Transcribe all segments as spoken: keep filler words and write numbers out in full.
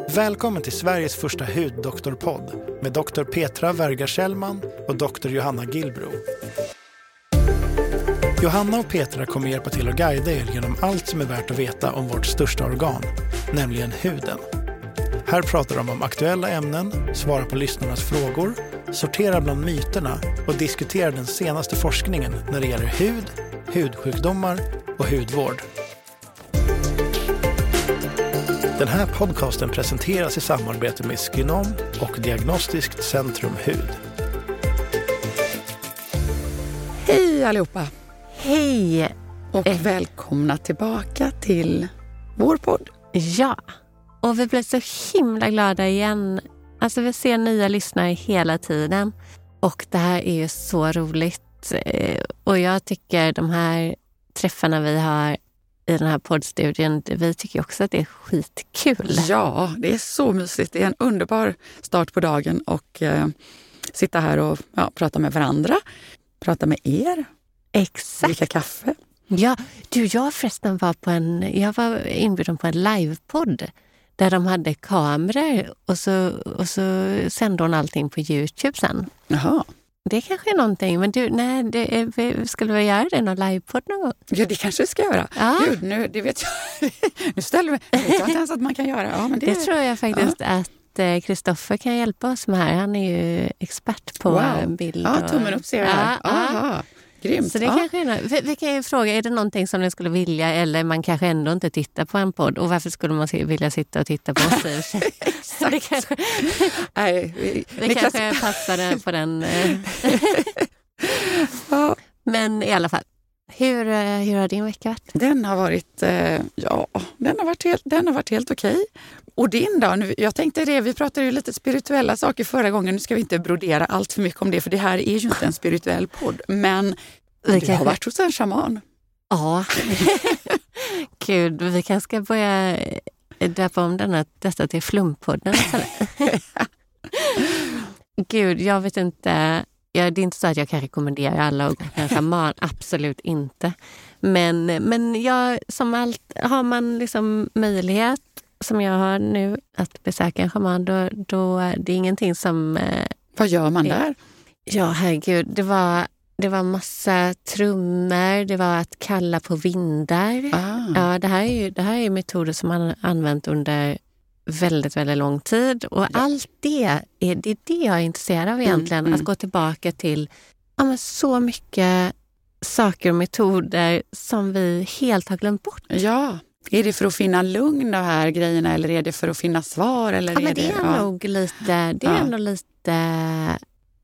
Välkommen till Sveriges första huddoktorpodd med doktor Petra Werga-Kjellman och doktor Johanna Gillbro. Johanna och Petra kommer hjälpa till att guida er genom allt som är värt att veta om vårt största organ, nämligen huden. Här pratar de om aktuella ämnen, svarar på lyssnarnas frågor, sorterar bland myterna och diskuterar den senaste forskningen när det gäller hud, hudsjukdomar och hudvård. Den här podcasten presenteras i samarbete med Skinom och Diagnostiskt Centrum Hud. Hej allihopa! Hej! Och eh. välkomna tillbaka till vår podd. Ja, och vi blir så himla glada igen. Alltså vi ser nya lyssnare hela tiden. Och det här är ju så roligt. Och jag tycker de här träffarna vi har i den här poddstudien, vi tycker också att det är skitkul. Ja, det är så mysigt. Det är en underbar start på dagen och eh, sitta här och ja, prata med varandra. Prata med er. Exakt. Dricka kaffe. Ja, du, jag förresten var på en, jag var inbjuden på en livepodd där de hade kameror och så, och så sände hon allting på YouTube sen. Jaha. Det kanske är någonting, men du, nej, det är, skulle vi göra det någon livepodd någon gång? Ja, det kanske vi ska göra. Ja. Gud, nu, det vet jag. Nu ställer vi, jag vet inte ens att man kan göra. Ja, men det, det tror jag faktiskt ja. att Kristoffer kan hjälpa oss med här. Han är ju expert på wow. bild. Ja, och... tummen upp ser jag här. Ja, aha. Grymt. Så det ja. kanske är, vi, vi kan ju fråga, är det någonting som ni skulle vilja eller man kanske ändå inte tittar på en podd? Och varför skulle man se, vilja sitta och titta på oss? Exakt. Det kanske, Nej, vi, det kanske klass... passar på den. ja. Men i alla fall, hur, hur har din vecka varit? Den har varit, ja, den har varit helt, den har varit helt okej. Och din då? Nu, jag tänkte det, vi pratade ju lite spirituella saker förra gången. Nu ska vi inte brodera allt för mycket om det, för det här är ju inte en spirituell podd. Men vi du kanske... har varit hos en shaman. Ja. Gud, vi kanske ska börja döpa om denna, detta till Flumpodden. Gud, jag vet inte. Ja, det är inte så att jag kan rekommendera alla att gå till en shaman. Absolut inte. Men, men jag, som allt, har man liksom möjlighet som jag har nu att besöka en shaman, då, då det är ingenting som... Eh, Vad gör man där? Ja, herregud. Det var, det var massa trummor, det var att kalla på vindar. Ah. Ja, det här är ju det här är metoder som man har använt under väldigt, väldigt lång tid. Och ja. allt det är, det är det jag är intresserad av egentligen. Mm, mm. Att gå tillbaka till ja, men så mycket saker och metoder som vi helt har glömt bort. Ja. Är det för att finna lugn de här grejerna eller är det för att finna svar? Eller ja, är men det är det, nog ja. lite, det är ja. ändå lite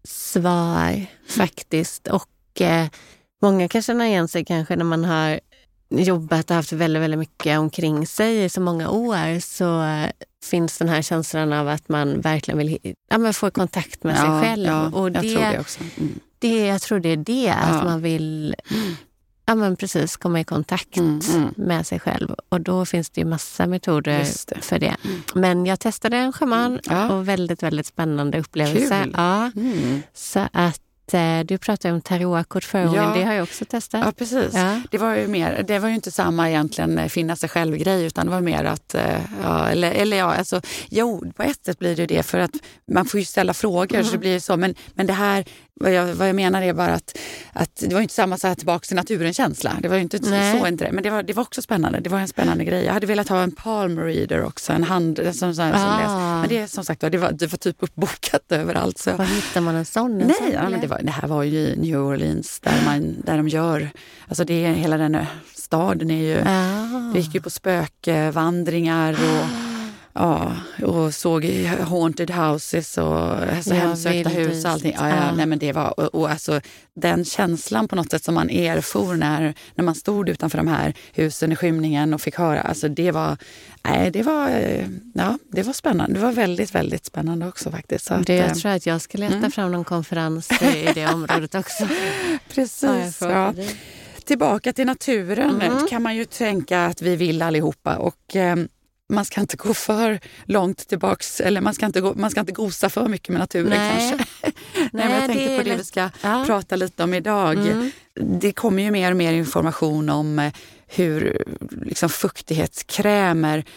svar faktiskt. Och eh, många kan känna igen sig kanske när man har jobbat och haft väldigt, väldigt mycket omkring sig i så många år, så eh, finns den här känslan av att man verkligen vill ja, men få kontakt med ja, sig själv. Ja, och det, jag tror det också. Mm. Det, jag tror det är det, ja. att man vill... Ja, men precis, komma i kontakt mm, mm. med sig själv. Och då finns det ju massa metoder det. för det. Mm. Men jag testade en shaman ja. och väldigt, väldigt spännande upplevelse. Kul. Ja. Mm. Så att eh, du pratade om tarotkort förra gången. Ja. Det har jag också testat. Ja, precis. Ja. Det var ju mer, det var ju inte samma egentligen finna sig själv-grej, utan det var mer att, ja, eller, eller ja, alltså, jo, på ett sätt blir det det för att man får ju ställa frågor mm. så det blir så, men, men det här Vad jag, vad jag menar är bara att, att det var inte samma så här tillbaka till naturen-känsla. Det var ju inte Nej. så inte det. Men det var, det var också spännande. Det var en spännande grej. Jag hade velat ha en palm reader också. En hand som, som, ah. som läs. Men det som sagt det var, det var typ uppbokat överallt. Så. Var hittar man en sån? En Nej, sån, ja, men det, var, det här var ju i New Orleans där, man, där de gör... Alltså det är hela den staden är ju... Ah. Vi gick ju på spökvandringar och... Ja, och såg haunted houses och alltså, ja, hemsökta hus och allting. Ja, ja, nej, men det var, och, och alltså, den känslan på något sätt som man erfor när, när man stod utanför de här husen i skymningen och fick höra, alltså det var, nej, det var, ja, det var spännande. Det var väldigt, väldigt spännande också faktiskt. Så att, det, jag tror att jag ska leta mm. fram någon konferens i det området också. Precis, ja. Tillbaka till naturen mm. kan man ju tänka att vi vill allihopa och... Eh, man ska inte gå för långt tillbaks, eller man ska inte, gå, man ska inte gosa för mycket med naturen. Nej. Kanske. Nej, Nej, men jag tänkte det på det lätt. vi ska ja. prata lite om idag. Mm. Det kommer ju mer och mer information om hur liksom, fuktighetskrämer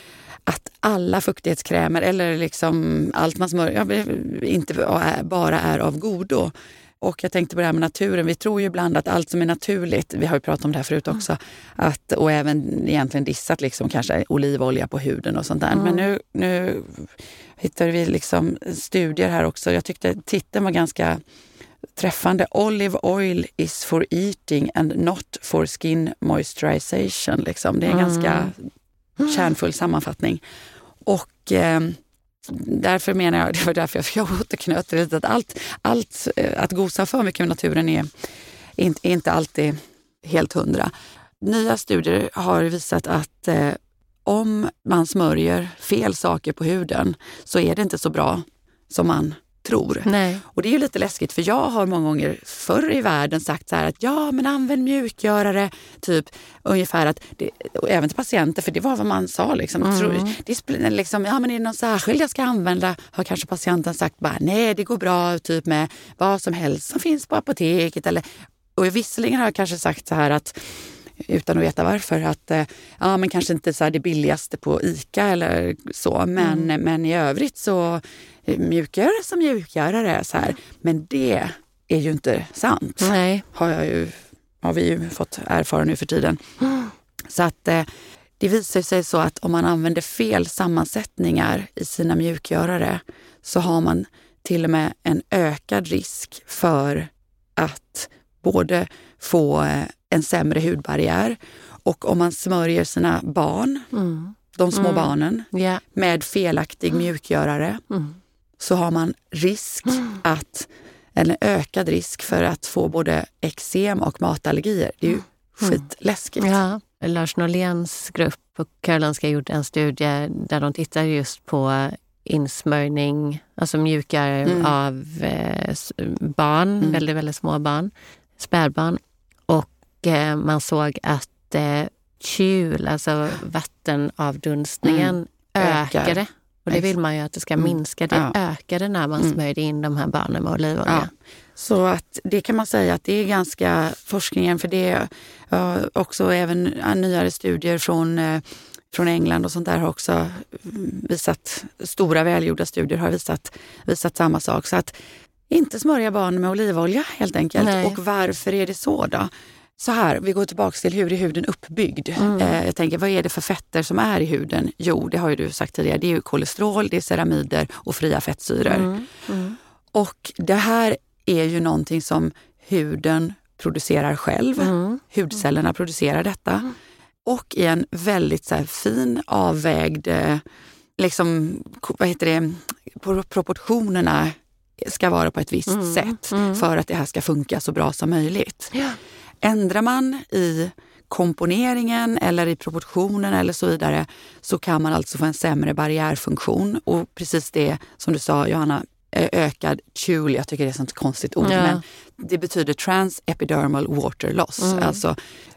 att alla fuktighetskrämer eller liksom allt man smörjer inte bara är av godo. Och jag tänkte på det här med naturen. Vi tror ju ibland att allt som är naturligt, vi har ju pratat om det här förut också, att, och även egentligen dissat liksom kanske olivolja på huden och sånt där. Mm. Men nu, nu hittar vi liksom studier här också. Jag tyckte titeln var ganska träffande. Olive oil is for eating and not for skin moisturization. Liksom. Det är en mm. ganska kärnfull sammanfattning. Och eh, därför menar jag, det var därför jag återknöt lite, att allt, allt att gosa för mycket med naturen är inte, är inte alltid helt hundra. Nya studier har visat att eh, om man smörjer fel saker på huden så är det inte så bra som man tror. Nej. Och det är ju lite läskigt, för jag har många gånger förr i världen sagt så här att ja, men använd mjukgörare, typ ungefär att det, och även till patienter, för det var vad man sa liksom. Mm. Tror, det, liksom ja, men är det någon särskild jag ska använda, har kanske patienten sagt bara nej, det går bra typ med vad som helst som finns på apoteket, eller, och visserligen har jag kanske sagt så här att utan att veta varför, att ja, men kanske inte så här det billigaste på ICA eller så, men, mm. men i övrigt så mjukgörare som mjukgörare så här. Men det är ju inte sant. Nej. Har, jag ju, har vi ju fått erfara nu för tiden. Mm. Så att eh, det visar sig så att om man använder fel sammansättningar i sina mjukgörare så har man till och med en ökad risk för att både få eh, en sämre hudbarriär, och om man smörjer sina barn, mm. de små mm. barnen, yeah. med felaktig mm. mjukgörare mm. så har man risk mm. att, eller ökad risk för att få både eksem och matallergier. Det är ju mm. skitläskigt. Ja. Lars Norléns grupp på Karolinska gjorde en studie där de tittar just på insmörjning, alltså mjukare mm. av eh, barn, mm. väldigt, väldigt små barn, spädbarn. Och eh, man såg att eh, kjul, alltså vattenavdunstningen, mm. ökade. Och det vill man ju att det ska mm. minska. Det ja. ökade när man mm. smörjde in de här barnen med olivolja. Ja. Så att det kan man säga att det är ganska forskningen, för det är uh, också även nyare studier från, uh, från England och sånt där har också visat, stora välgjorda studier har visat, visat samma sak. Så att inte smörja barn med olivolja helt enkelt. Nej. Och varför är det så då? Så här, vi går tillbaka till hur är huden uppbyggd. Mm. Eh, jag tänker, vad är det för fetter som är i huden? Jo, det har ju du sagt tidigare. Det är ju kolesterol, det är ceramider och fria fettsyror. Mm. Mm. Och det här är ju någonting som huden producerar själv. Mm. Hudcellerna producerar detta. Mm. Och i en väldigt så här, fin, avvägd, liksom, vad heter det, proportionerna ska vara på ett visst mm. sätt mm. för att det här ska funka så bra som möjligt. Ja. Ändrar man i komponeringen eller i proportionen eller så vidare, så kan man alltså få en sämre barriärfunktion. Och precis det som du sa, Johanna, ökad kjul, jag tycker det är ett sånt konstigt ord, ja. men det betyder transepidermal water loss, mm. alltså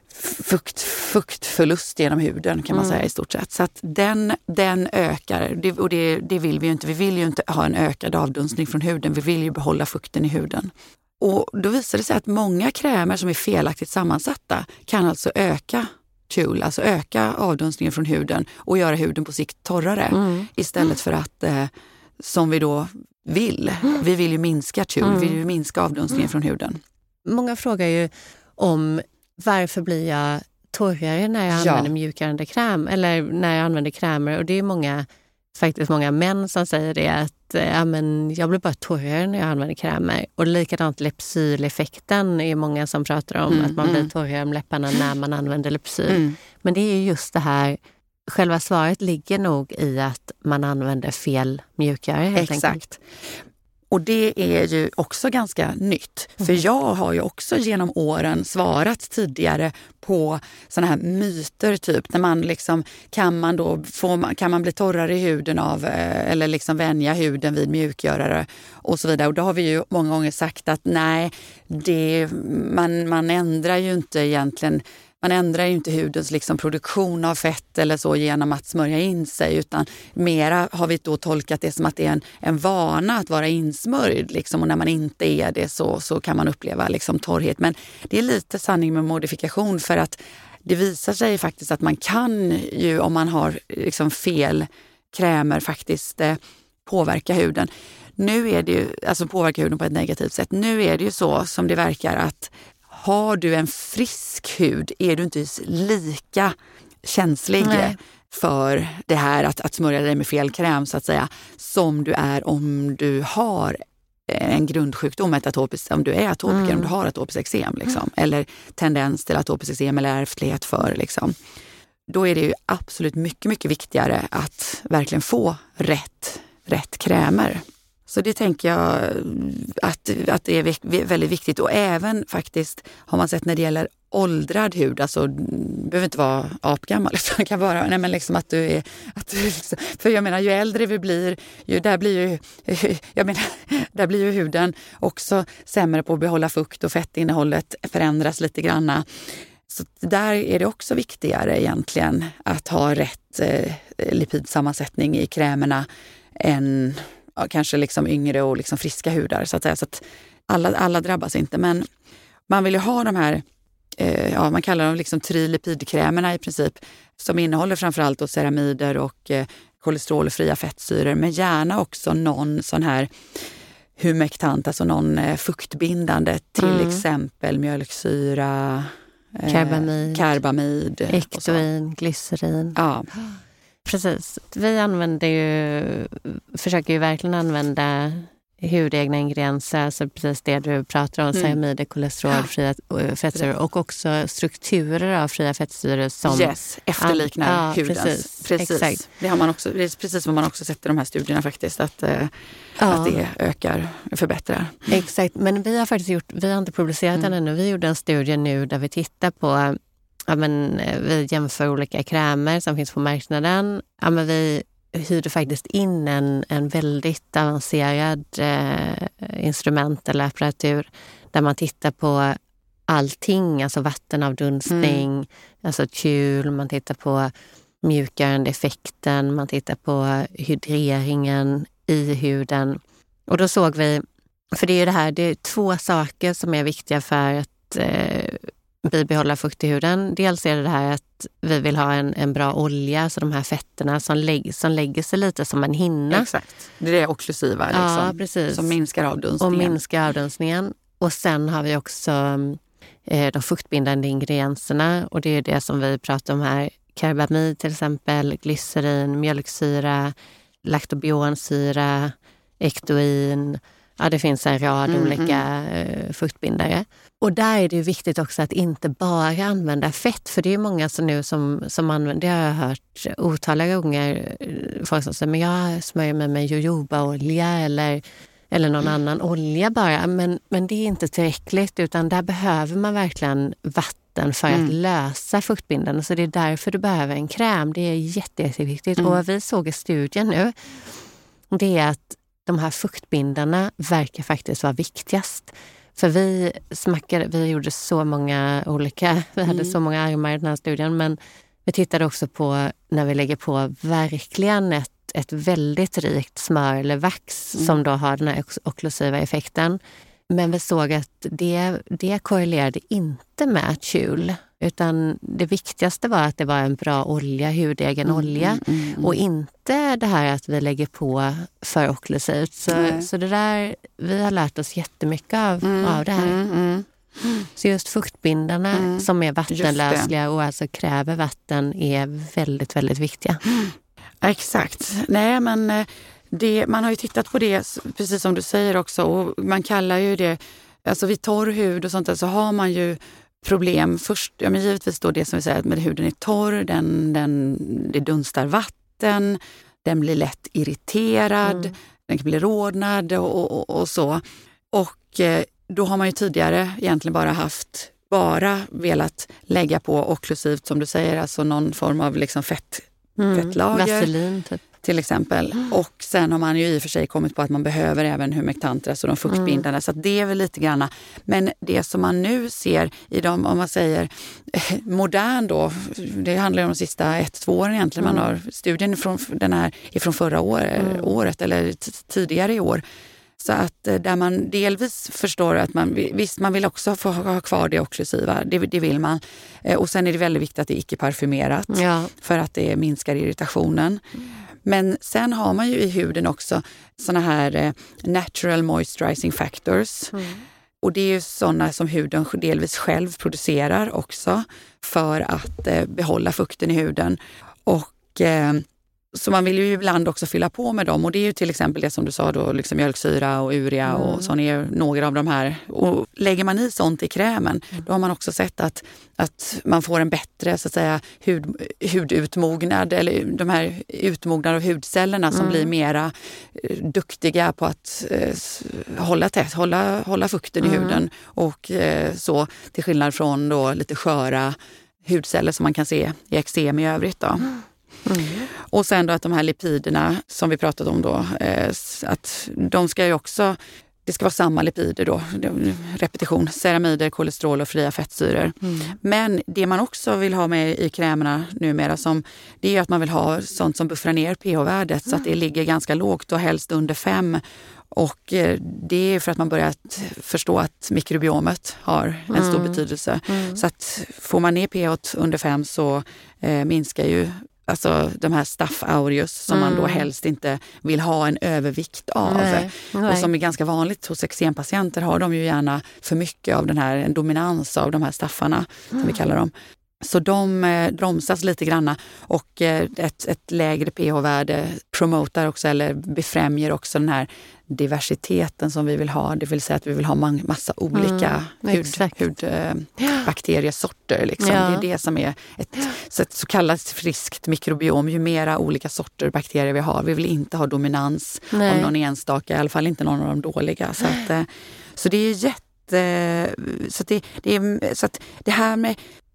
fukt, fuktförlust genom huden kan man mm. säga i stort sett. Så att den, den ökar, det, och det, det vill vi ju inte. Vi vill ju inte ha en ökad avdunstning från huden, vi vill ju behålla fukten i huden. Och då visar det sig att många krämer som är felaktigt sammansatta kan alltså öka kjul, alltså öka avdunstningen från huden och göra huden på sikt torrare mm. istället för att, eh, som vi då vill, mm. vi vill ju minska kjul, mm. vi vill ju minska avdunstningen mm. från huden. Många frågar ju om varför blir jag torrare när jag ja. använder mjukgörande kräm eller när jag använder krämer, och det är många, faktiskt många män som säger det, att ja, men jag blir bara torrare när jag använder krämer. Och likadant Lypsyl-effekten är många som pratar om, mm, att man mm. blir torrare om läpparna när man använder Lypsyl. Mm. Men det är ju just det här, själva svaret ligger nog i att man använder fel mjukgörare helt Exakt. enkelt. Och det är ju också ganska nytt. Mm. För jag har ju också genom åren svarat tidigare på såna här myter, typ när man liksom, kan man då få, kan man bli torrare i huden av, eller liksom vänja huden vid mjukgörare och så vidare. Och då har vi ju många gånger sagt att nej, det, man, man ändrar ju inte egentligen, man ändrar ju inte hudens liksom produktion av fett eller så genom att smörja in sig, utan mera har vi då tolkat det som att det är en, en vana att vara insmörjd. Liksom, och när man inte är det så, så kan man uppleva liksom torrhet. Men det är lite sanning med modifikation, för att det visar sig faktiskt att man kan ju, om man har liksom fel krämer, faktiskt eh, påverka huden. Nu är det ju, alltså påverka huden på ett negativt sätt. Nu är det ju så som det verkar att har du en frisk hud är du inte lika känslig Nej. för det här att, att smörja dig med fel kräm så att säga, som du är om du har en grundsjukdom, ett atopiskt, om du är atopiker, mm. om du har atopiskt eksem liksom, mm. eller tendens till atopiskt eksem eller ärftlighet för liksom. Då är det ju absolut mycket, mycket viktigare att verkligen få rätt, rätt krämer. Så det tänker jag att, att det är väldigt viktigt. Och även faktiskt har man sett när det gäller åldrad hud, alltså det behöver inte vara apgammal, det kan vara nej, men liksom att du är, att du liksom, för jag menar ju äldre vi blir, ju, där blir ju jag menar, där blir ju huden också sämre på att behålla fukt och fettinnehållet förändras lite granna. Så där är det också viktigare egentligen att ha rätt eh, lipidsammansättning i krämerna än ja, kanske liksom yngre och liksom friska hudar så att säga. Så att alla, alla drabbas inte, men man vill ju ha de här eh, ja, man kallar dem liksom trilipidkrämerna i princip, som innehåller framförallt då ceramider och eh, kolesterolfria fettsyror, men gärna också någon sån här humektant, alltså någon eh, fuktbindande, till mm. exempel mjölksyra, Karbamid, karbamid ektoin, glycerin. Ja. Precis. Vi använder ju, försöker ju verkligen använda hudegna ingredienser, alltså precis det du pratar om, mm. ceramider, kolesterolfria fettsyror och också strukturer av fria fettsyror som yes, efterliknar ja, hudens. Precis. Precis. Exakt. Det har man också, det är precis vad man också sett i de här studierna faktiskt, att, ja. att det ökar, förbättrar. Exakt, men vi har faktiskt gjort, vi har inte publicerat mm. den ännu, vi gjorde en studie nu där vi tittar på, ja men vi jämför olika krämer som finns på marknaden, ja men vi hyrde faktiskt in en, en väldigt avancerad eh, instrument eller apparatur där man tittar på allting, alltså vattenavdunstning, mm. alltså kjul, man tittar på mjukgörande effekten, man tittar på hydreringen i huden. Och då såg vi, för det är det här, det är två saker som är viktiga för att eh, bibehålla fukt i huden. Dels är det det här att vi vill ha en, en bra olja, så de här fetterna som, lägg, som lägger sig lite som en hinna. Exakt, det är det okklusiva liksom, ja, precis. Som minskar avdunstningen. Och minskar avdunstningen. Och sen har vi också eh, de fuktbindande ingredienserna, och det är det som vi pratar om här. Karbamid till exempel, glycerin, mjölksyra, laktobionsyra, ektoin. Ja, det finns en rad mm, olika mm. fuktbindare. Och där är det ju viktigt också att inte bara använda fett. För det är många som nu som, som använder, det har jag hört otaliga gånger, folk som säger, men jag smörjer mig med jojobaolja eller, eller någon mm. annan olja bara. Men, men det är inte tillräckligt, utan där behöver man verkligen vatten för mm. att lösa fuktbindarna. Så det är därför du behöver en kräm. Det är jätte, jätteviktigt. Mm. Och vad vi såg i studien nu, det är att de här fuktbindarna verkar faktiskt vara viktigast. För vi smackade, vi gjorde så många olika, vi hade mm. så många armar i den här studien, men vi tittade också på när vi lägger på verkligen ett, ett väldigt rikt smör eller vax mm. som då har den här okklusiva effekten. Men vi såg att det, det korrelerade inte med kjul, utan det viktigaste var att det var en bra olja, hudegen mm, olja mm, mm, mm. och inte det här att vi lägger på för okklusivt. Så, så det där, vi har lärt oss jättemycket av, mm, av det här. Mm, mm. Så just fuktbindarna mm, som är vattenlösliga och alltså kräver vatten är väldigt, väldigt viktiga. Mm. Exakt. Nej, men det, man har ju tittat på det, precis som du säger också, och man kallar ju det, alltså vid torr hud och sånt där så har man ju problem först, ja men givetvis då det som vi säger, att med huden är torr, den, den, det dunstar vatten, den blir lätt irriterad, mm. den kan bli rodnad och, och, och så. Och eh, då har man ju tidigare egentligen bara haft, bara velat lägga på okklusivt som du säger, alltså någon form av liksom fett, mm. fettlager. Vaselin typ. Till exempel. Mm. Och sen har man ju i och för sig kommit på att man behöver även humektanter, alltså de fuktbindande. Mm. Så att det är väl lite grann. Men det som man nu ser i de, om man säger modern då, det handlar ju om de sista ett, två åren egentligen. Mm. Man har studien från, den här är från förra år, mm. året eller t- tidigare i år. Så att där man delvis förstår att man, visst man vill också få ha kvar det okklusiva, det, det vill man. Och sen är det väldigt viktigt att det är icke-parfymerat ja. för att det minskar irritationen. Mm. Men sen har man ju i huden också såna här natural moisturizing factors. Mm. Och det är ju sådana som huden delvis själv producerar också för att eh, behålla fukten i huden. Och eh, så man vill ju ibland också fylla på med dem. Och det är ju till exempel det som du sa då, liksom mjölksyra och urea mm. och sådana är några av de här. Och lägger man i sånt i krämen, mm. då har man också sett att, att man får en bättre så att säga hud, hudutmognad eller de här utmognade av hudcellerna som mm. blir mera eh, duktiga på att eh, hålla tätt, hålla, hålla fukten mm. i huden och eh, så till skillnad från då lite sköra hudceller som man kan se i eksem i övrigt då. Mm. Mm. Och sen då att de här lipiderna som vi pratat om då, eh, att de ska ju också, det ska vara samma lipider då, repetition, ceramider, kolesterol och fria fettsyror. Mm. Men det man också vill ha med i krämerna numera som, det är att man vill ha sånt som buffrar ner pH-värdet mm. så att det ligger ganska lågt och helst under fem. Och det är för att man börjar förstå att mikrobiomet har en mm. stor betydelse. Mm. Så att får man ner pH under fem så eh, minskar ju alltså de här staph aureus som mm. man då helst inte vill ha en övervikt av. Nej, nej. Och som är ganska vanligt hos eksempatienter har de ju gärna för mycket av den här, en dominans av de här staffarna mm. som vi kallar dem. Så de eh, bromsas lite granna och eh, ett, ett lägre pH-värde promotar också eller befrämjer också den här diversiteten som vi vill ha. Det vill säga att vi vill ha man, massa olika mm, hud, hud, eh, bakteriesorter. Liksom. Ja. Det är det som är ett så, ett så kallat friskt mikrobiom. Ju mera olika sorter bakterier vi har. Vi vill inte ha dominans Nej. Av någon enstaka, i alla fall inte någon av de dåliga. Så, att, eh, så det är jätte... Så, det, det är, så att det här med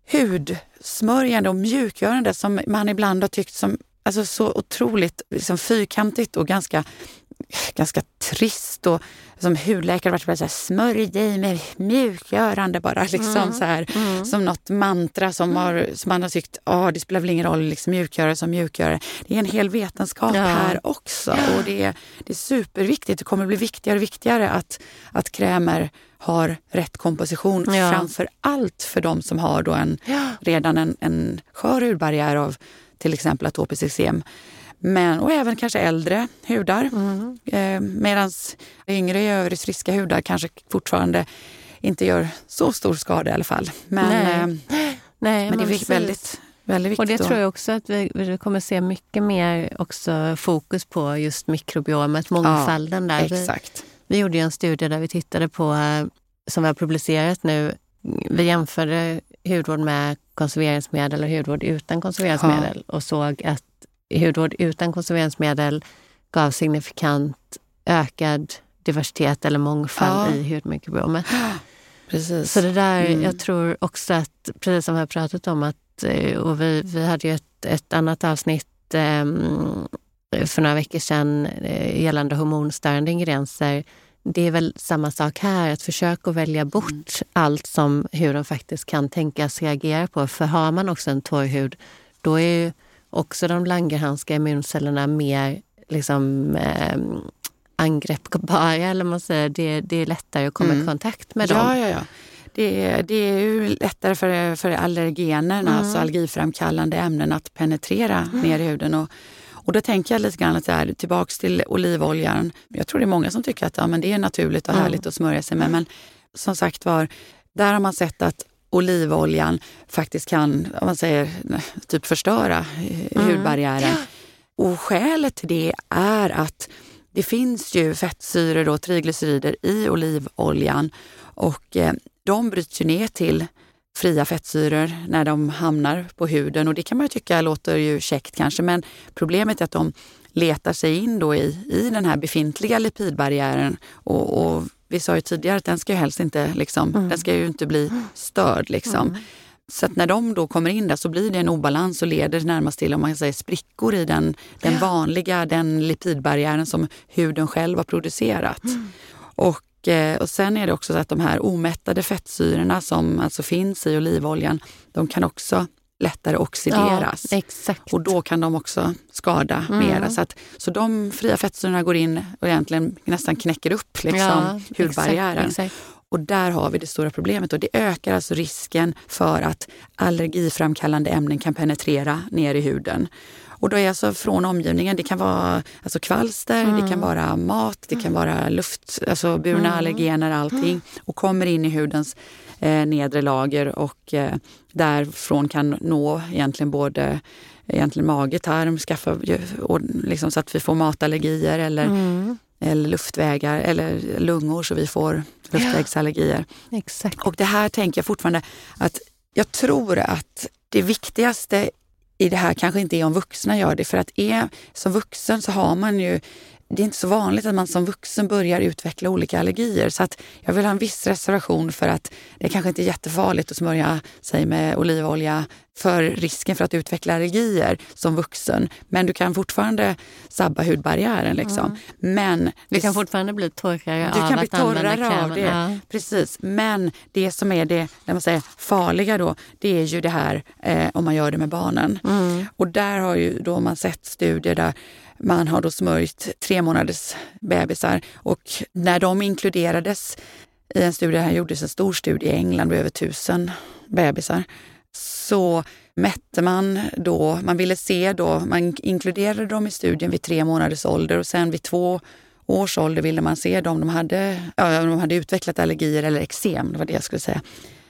hudsmörjande och mjukgörande som man ibland har tyckt som alltså så otroligt liksom fyrkantigt och ganska ganska trist och som hudläkare varit bara så här, smörj dig med mjukgörande bara liksom mm. så här mm. som något mantra som, mm. har, som man har tyckt ja det spelar väl ingen roll liksom mjukgörare som mjukgörare. Det är en hel vetenskap ja. Här också och det är, det är superviktigt. Det kommer bli viktigare och viktigare att, att krämer har rätt komposition ja. Framför allt för de som har då en, ja. Redan en, en skör hudbarriär av till exempel atopiskt eksem. Men, och även kanske äldre hudar. Mm. Eh, Medan yngre i övrigt friska hudar kanske fortfarande inte gör så stor skada i alla fall. Men, Nej. Eh, Nej, men det är precis. väldigt, väldigt viktigt. Och det då. tror jag också att vi, vi kommer se mycket mer också fokus på just mikrobiomet, mångfalden ja, där. Exakt. Vi, vi gjorde ju en studie där vi tittade på, som vi har publicerat nu, vi jämförde hudvård med konserveringsmedel och hudvård utan konserveringsmedel ja. Och såg att hudvård utan konserveringsmedel gav signifikant ökad diversitet eller mångfald ja. I hudmikrobiomet. Precis. Så det där, mm. jag tror också att, precis som vi har pratat om, att, och vi, vi hade ju ett, ett annat avsnitt eh, för några veckor sedan eh, gällande hormonstörande ingredienser. Det är väl samma sak här, att försöka välja bort mm. allt som huden faktiskt kan tänkas reagera på. För har man också en torr hud, då är ju också de langerhanska immuncellerna mer liksom, eh, angreppbara, eller man säger, det, det är lättare att komma mm. i kontakt med ja, dem. Ja, ja. Det är, det är ju lättare för, för allergenerna, mm. alltså allergiframkallande ämnen att penetrera mm. ner i huden. Och, och då tänker jag lite grann att det är tillbaks till olivoljan. Jag tror det är många som tycker att ja, men det är naturligt och mm. härligt att smörja sig med. Men som sagt var, där har man sett att olivoljan faktiskt kan, om man säger, typ förstöra mm. hudbarriären. Och skälet till det är att det finns ju fettsyror och triglycerider i olivoljan och eh, de bryts ju ner till fria fettsyror när de hamnar på huden och det kan man ju tycka låter ju käckt kanske, men problemet är att de letar sig in då i, i den här befintliga lipidbarriären och, och vi sa ju tidigare att den ska ju helst inte liksom, mm. den ska ju inte bli störd liksom. Mm. Så att när de då kommer in där så blir det en obalans och leder närmast till, om man säger, sprickor i den, den ja. vanliga, den lipidbarriären som huden själv har producerat. Mm. Och, och sen är det också så att de här omättade fettsyrorna som alltså finns i olivoljan, de kan också lättare oxideras. Ja, exakt. Och då kan de också skada mm. mera. Så, att, så de fria fettsyrorna går in och egentligen nästan knäcker upp liksom, ja, hudbarriären. Exakt, exakt. Och där har vi det stora problemet och det ökar alltså risken för att allergiframkallande ämnen kan penetrera ner i huden. Och då är alltså från omgivningen, det kan vara alltså kvalster, mm. det kan vara mat, det kan vara luft, alltså burna mm. allergener, allting. Och kommer in i hudens eh, nedre lager och eh, därifrån kan nå egentligen både egentligen mage, tarm, skaffa, och liksom så att vi får matallergier eller, mm. eller luftvägar eller lungor så vi får luftvägsallergier. Ja, exakt. Och det här tänker jag fortfarande att jag tror att det viktigaste i det här kanske inte är om vuxna gör det, för att är, som vuxen så har man ju, det är inte så vanligt att man som vuxen börjar utveckla olika allergier, så att jag vill ha en viss reservation för att det kanske inte är jättefarligt att smörja sig med olivolja för risken för att utveckla allergier som vuxen, men du kan fortfarande sabba hudbarriären liksom. Mm. Men du kan fortfarande bli torrare du av kan bli att använda torrare av det. Ja. Precis, men det som är det, när man säger farliga då, det är ju det här eh, om man gör det med barnen. Mm. Och där har ju då man sett studier där man har då smörjt tre månaders bebisar och när de inkluderades i en studie, här gjordes en stor studie i England med över tusen bebisar, så mätte man då, man ville se då, man inkluderade dem i studien vid tre månaders ålder och sen vid två års ålder ville man se dem, de hade, ja, de hade utvecklat allergier eller eksem, det var det jag skulle säga.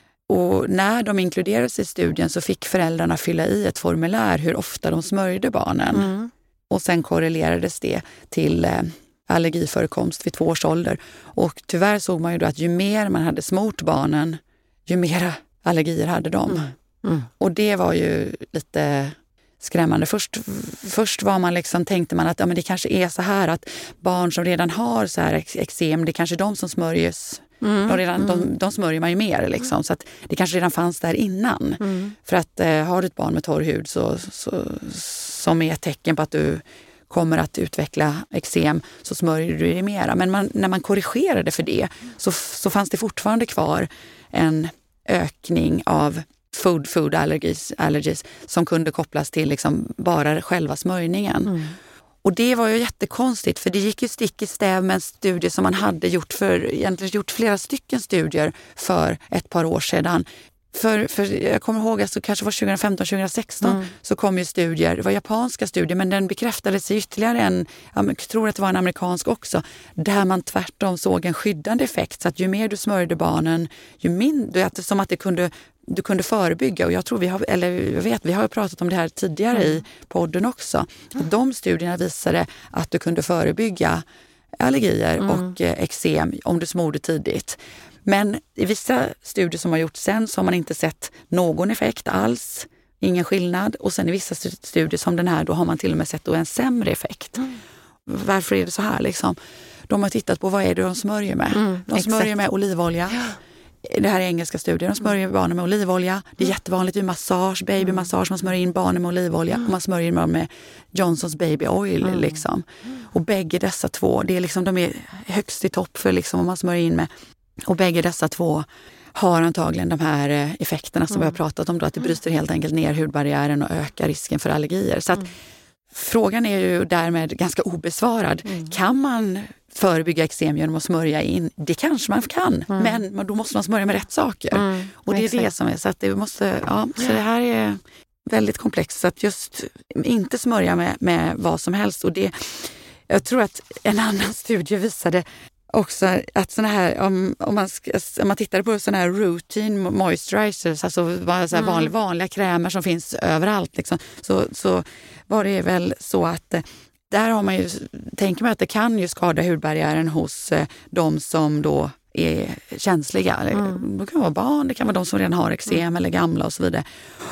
Och när de inkluderades i studien så fick föräldrarna fylla i ett formulär hur ofta de smörjde barnen. Mm. Och sen korrelerades det till eh, allergiförekomst vid två års ålder. Och tyvärr såg man ju då att ju mer man hade smort barnen, ju mera allergier hade de. Mm. Mm. Och det var ju lite skrämmande. Först, först var man liksom, tänkte man att ja, men det kanske är så här att barn som redan har så här eksem, det är kanske de som smörjes. Mm. De, redan, mm. de, de smörjer man ju mer liksom, så att det kanske redan fanns där innan. Mm. För att eh, har du ett barn med torr hud så, så, som är ett tecken på att du kommer att utveckla eksem så smörjer du det mera. Men man, när man korrigerade för det så, så fanns det fortfarande kvar en ökning av food, food allergies, allergies som kunde kopplas till liksom bara själva smörjningen. Mm. Och det var ju jättekonstigt för det gick ju stick i stäv med en studie som man hade gjort för, egentligen gjort flera stycken studier för ett par år sedan. För, för jag kommer ihåg att det kanske var tjugo femton tjugo sexton mm. så kom ju studier, det var japanska studier men den bekräftades ytterligare en, jag tror att det var en amerikansk också, där man tvärtom såg en skyddande effekt så att ju mer du smörjde barnen ju mindre, att, som att det kunde du kunde förebygga och jag tror vi har, eller jag vet, vi har pratat om det här tidigare mm. i podden också. Att de studierna visade att du kunde förebygga allergier mm. och eh, eksem om du smorde tidigt. Men i vissa studier som har gjorts sen så har man inte sett någon effekt alls, ingen skillnad. Och sen i vissa studier som den här då har man till och med sett då en sämre effekt. Mm. Varför är det så här liksom? De har tittat på vad är det de smörjer med. Mm, de smörjer exakt. med olivolja. Ja. Det här är engelska studier. De smörjer barnen med olivolja. Det är jättevanligt vid massage, babymassage. Man smörjer in barnen med olivolja. Och man smörjer in med Johnsons baby oil. Mm. Liksom. Och bägge dessa två, det är liksom, de är högst i topp för liksom, vad man smörjer in med. Och bägge dessa två har antagligen de här effekterna som mm. vi har pratat om. Då, att det bryter helt enkelt ner hudbarriären och ökar risken för allergier. Så att mm. frågan är ju därmed ganska obesvarad. Mm. Kan man förebygga eksem genom att smörja in? Det kanske man kan, mm. men då måste man smörja med rätt saker. Mm. Och det är Exakt. det som är, så att det måste, ja, så det här är väldigt komplext. Så att just inte smörja med, med vad som helst. Och det, jag tror att en annan studie visade också att såna här, om, om, man, om man tittar på såna här routine moisturizers, alltså bara så här vanliga, vanliga krämer som finns överallt, liksom, så, så var det väl så att där har man ju, tänker man att det kan ju skada hudbarriären hos eh, de som då är känsliga. Mm. Det kan vara barn, det kan vara de som redan har eksem mm. eller gamla och så vidare.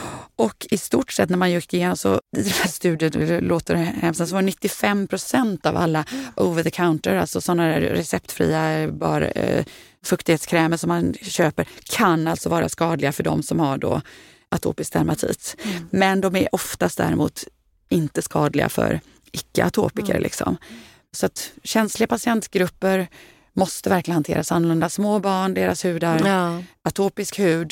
Och i stort sett när man gick igenom så, i den här studien, det låter hemskt, så var nittiofem procent av alla over the counter, alltså sådana receptfria bara, eh, fuktighetskrämer som man köper, kan alltså vara skadliga för de som har då atopisk dermatit. Mm. Men de är oftast däremot inte skadliga för icke-atopiker. Mm. Liksom. Så att känsliga patientgrupper måste verkligen hanteras annorlunda. Små barn, deras hudar, ja. atopisk hud,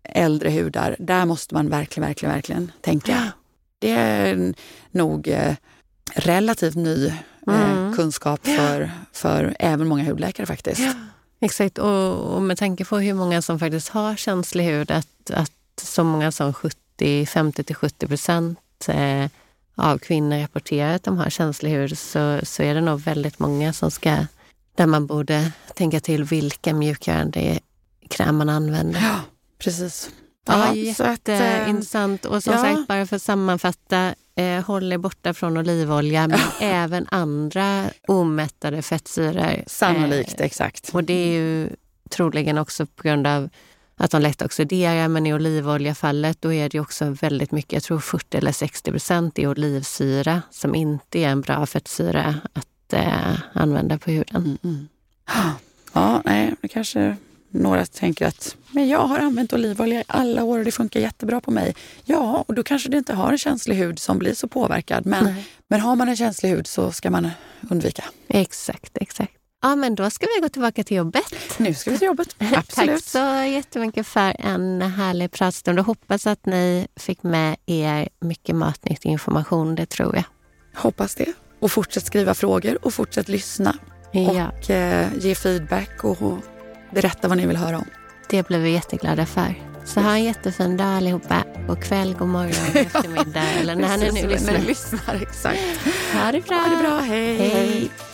äldre hudar, där måste man verkligen, verkligen, verkligen tänka. Ja. Det är nog eh, relativt ny eh, mm. kunskap för, för även många hudläkare faktiskt. Ja. Exakt, och, och med tanke på hur många som faktiskt har känslig hud, att, att så många som sjuttio, femtio till sjuttio procent eh, av kvinnor rapporterar att de har känslig hud, så, så är det nog väldigt många som ska, där man borde tänka till vilka mjukgörande kräm man använder. Ja, precis. Ja, jätteintressant. Och som ja. sagt, bara för att sammanfatta, eh, håll er borta från olivolja, men även andra omättade fettsyror. Sannolikt, eh, exakt. Och det är ju troligen också på grund av att de lätt oxiderar, men i olivoljafallet då är det ju också väldigt mycket, jag tror fyrtio eller sextio procent i olivsyra som inte är en bra fettsyra att eh, använda på huden. Mm, mm. Ja, nej, det kanske några tänker att men jag har använt olivolja i alla år och det funkar jättebra på mig. Ja, och då kanske det inte har en känslig hud som blir så påverkad. Men, men har man en känslig hud så ska man undvika. Exakt, exakt. Ja, men då ska vi gå tillbaka till jobbet. Nu ska vi till jobbet, absolut. Tack så jättemycket för en härlig pratstund och hoppas att ni fick med er mycket matnyttig information, det tror jag. Hoppas det. Och fortsätt skriva frågor och fortsätt lyssna. Ja. Och eh, ge feedback och berätta vad ni vill höra om. Det blir vi jätteglada för. Så ha en jättefin dag allihopa. Och kväll, god morgon, eftermiddag eller när ni nu lyssnar. lyssnar. Exakt. Ha det bra. Ha det bra, hej. Hej.